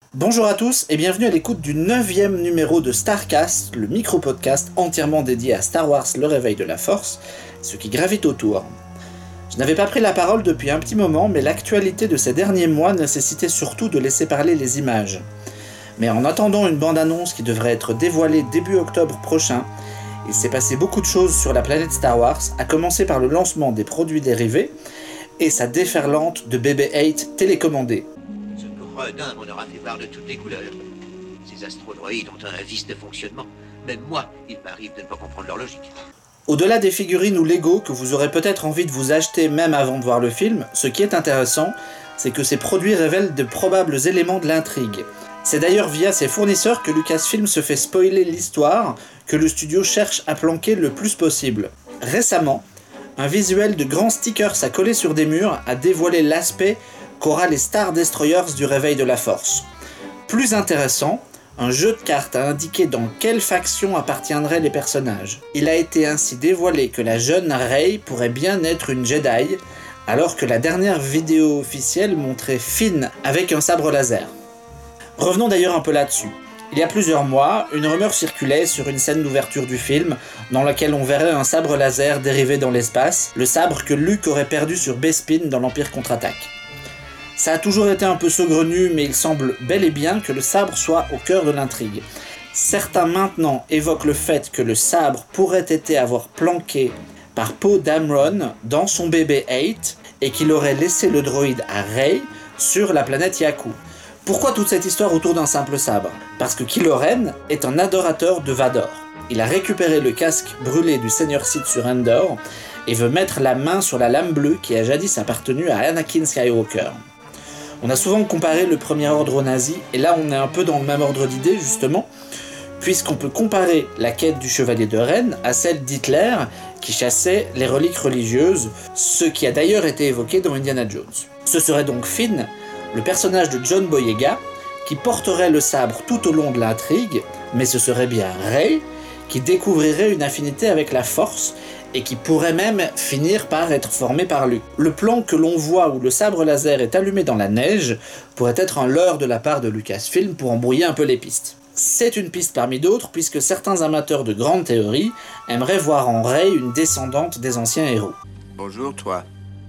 Bonjour à tous et bienvenue à l'écoute du 9e numéro de Starcast, le micro-podcast entièrement dédié à Star Wars Le Réveil de la Force, ce qui gravite autour. Je n'avais pas pris la parole depuis un petit moment, mais l'actualité de ces derniers mois nécessitait surtout de laisser parler les images. Mais en attendant une bande-annonce qui devrait être dévoilée début octobre prochain, il s'est passé beaucoup de choses sur la planète Star Wars, à commencer par le lancement des produits dérivés et sa déferlante de BB-8 télécommandée. Ce gredin m'en aura fait part de toutes les couleurs. Ces astrodroïdes ont un vice de fonctionnement. Même moi, il m'arrive de ne pas comprendre leur logique. Au-delà des figurines ou Lego que vous aurez peut-être envie de vous acheter même avant de voir le film, ce qui est intéressant, c'est que ces produits révèlent de probables éléments de l'intrigue. C'est d'ailleurs via ses fournisseurs que Lucasfilm se fait spoiler l'histoire que le studio cherche à planquer le plus possible. Récemment, un visuel de grands stickers à coller sur des murs a dévoilé l'aspect qu'aura les Star Destroyers du Réveil de la Force. Plus intéressant, un jeu de cartes a indiqué dans quelle faction appartiendraient les personnages. Il a été ainsi dévoilé que la jeune Rey pourrait bien être une Jedi, alors que la dernière vidéo officielle montrait Finn avec un sabre laser. Revenons d'ailleurs un peu là-dessus. Il y a plusieurs mois, une rumeur circulait sur une scène d'ouverture du film, dans laquelle on verrait un sabre laser dérivé dans l'espace, le sabre que Luke aurait perdu sur Bespin dans l'Empire contre-attaque. Ça a toujours été un peu saugrenu, mais il semble bel et bien que le sabre soit au cœur de l'intrigue. Certains maintenant évoquent le fait que le sabre pourrait avoir planqué par Poe Dameron dans son BB-8 et qu'il aurait laissé le droïde à Rey sur la planète Jakku. Pourquoi toute cette histoire autour d'un simple sabre ? Parce que Kylo Ren est un adorateur de Vador. Il a récupéré le casque brûlé du Seigneur Sith sur Endor et veut mettre la main sur la lame bleue qui a jadis appartenu à Anakin Skywalker. On a souvent comparé le Premier Ordre aux nazis, et là on est un peu dans le même ordre d'idées justement, puisqu'on peut comparer la quête du Chevalier de Rennes à celle d'Hitler qui chassait les reliques religieuses, ce qui a d'ailleurs été évoqué dans Indiana Jones. Ce serait donc Finn, le personnage de John Boyega, qui porterait le sabre tout au long de l'intrigue, mais ce serait bien Rey qui découvrirait une affinité avec la Force et qui pourrait même finir par être formé par Luke. Le plan que l'on voit où le sabre laser est allumé dans la neige pourrait être un leurre de la part de Lucasfilm pour embrouiller un peu les pistes. C'est une piste parmi d'autres puisque certains amateurs de grandes théories aimeraient voir en Rey une descendante des anciens héros. Bonjour, toi.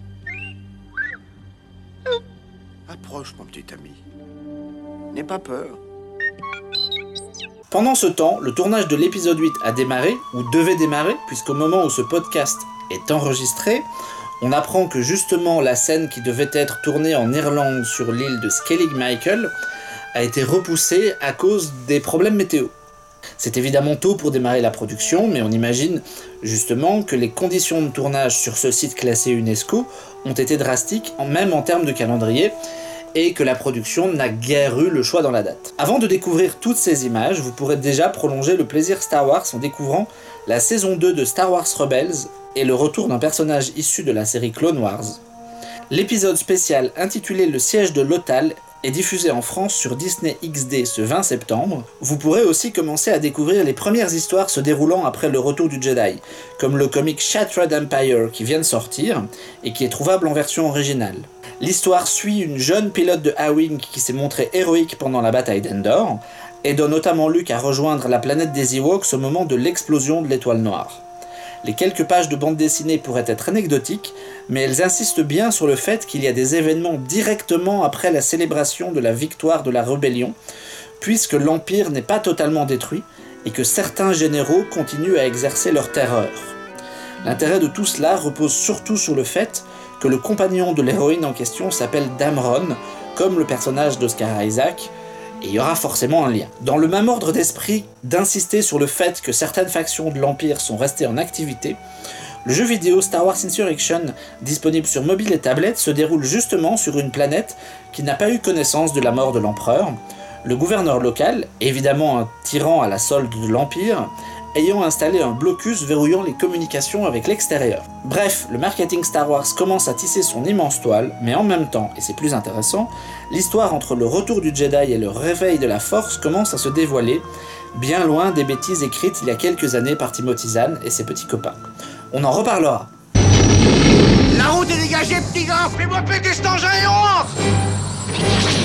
Approche, mon petit ami. N'aie pas peur. Pendant ce temps, le tournage de l'épisode 8 a démarré, ou devait démarrer, puisqu'au moment où ce podcast est enregistré, on apprend que justement la scène qui devait être tournée en Irlande sur l'île de Skellig Michael a été repoussée à cause des problèmes météo. C'est évidemment tôt pour démarrer la production, mais on imagine justement que les conditions de tournage sur ce site classé UNESCO ont été drastiques, même en termes de calendrier, et que la production n'a guère eu le choix dans la date. Avant de découvrir toutes ces images, vous pourrez déjà prolonger le plaisir Star Wars en découvrant la saison 2 de Star Wars Rebels et le retour d'un personnage issu de la série Clone Wars. L'épisode spécial intitulé Le siège de Lothal est diffusé en France sur Disney XD ce 20 septembre. Vous pourrez aussi commencer à découvrir les premières histoires se déroulant après le retour du Jedi, comme le comic Shattered Empire qui vient de sortir et qui est trouvable en version originale. L'histoire suit une jeune pilote de A-Wing qui s'est montrée héroïque pendant la bataille d'Endor, aidant notamment Luke à rejoindre la planète des Ewoks au moment de l'explosion de l'étoile noire. Les quelques pages de bande dessinée pourraient être anecdotiques, mais elles insistent bien sur le fait qu'il y a des événements directement après la célébration de la victoire de la rébellion, puisque l'Empire n'est pas totalement détruit et que certains généraux continuent à exercer leur terreur. L'intérêt de tout cela repose surtout sur le fait que le compagnon de l'héroïne en question s'appelle Dameron, comme le personnage d'Oscar Isaac, et il y aura forcément un lien. Dans le même ordre d'esprit d'insister sur le fait que certaines factions de l'Empire sont restées en activité, le jeu vidéo Star Wars Insurrection, disponible sur mobile et tablette, se déroule justement sur une planète qui n'a pas eu connaissance de la mort de l'empereur, le gouverneur local, évidemment un tyran à la solde de l'Empire, ayant installé un blocus verrouillant les communications avec l'extérieur. Bref, le marketing Star Wars commence à tisser son immense toile, mais en même temps, et c'est plus intéressant, l'histoire entre le retour du Jedi et le réveil de la Force commence à se dévoiler, bien loin des bêtises écrites il y a quelques années par Timothy Zahn et ses petits copains. On en reparlera. La route est dégagée, petit gars. Fais-moi péter cet engin et on rentre.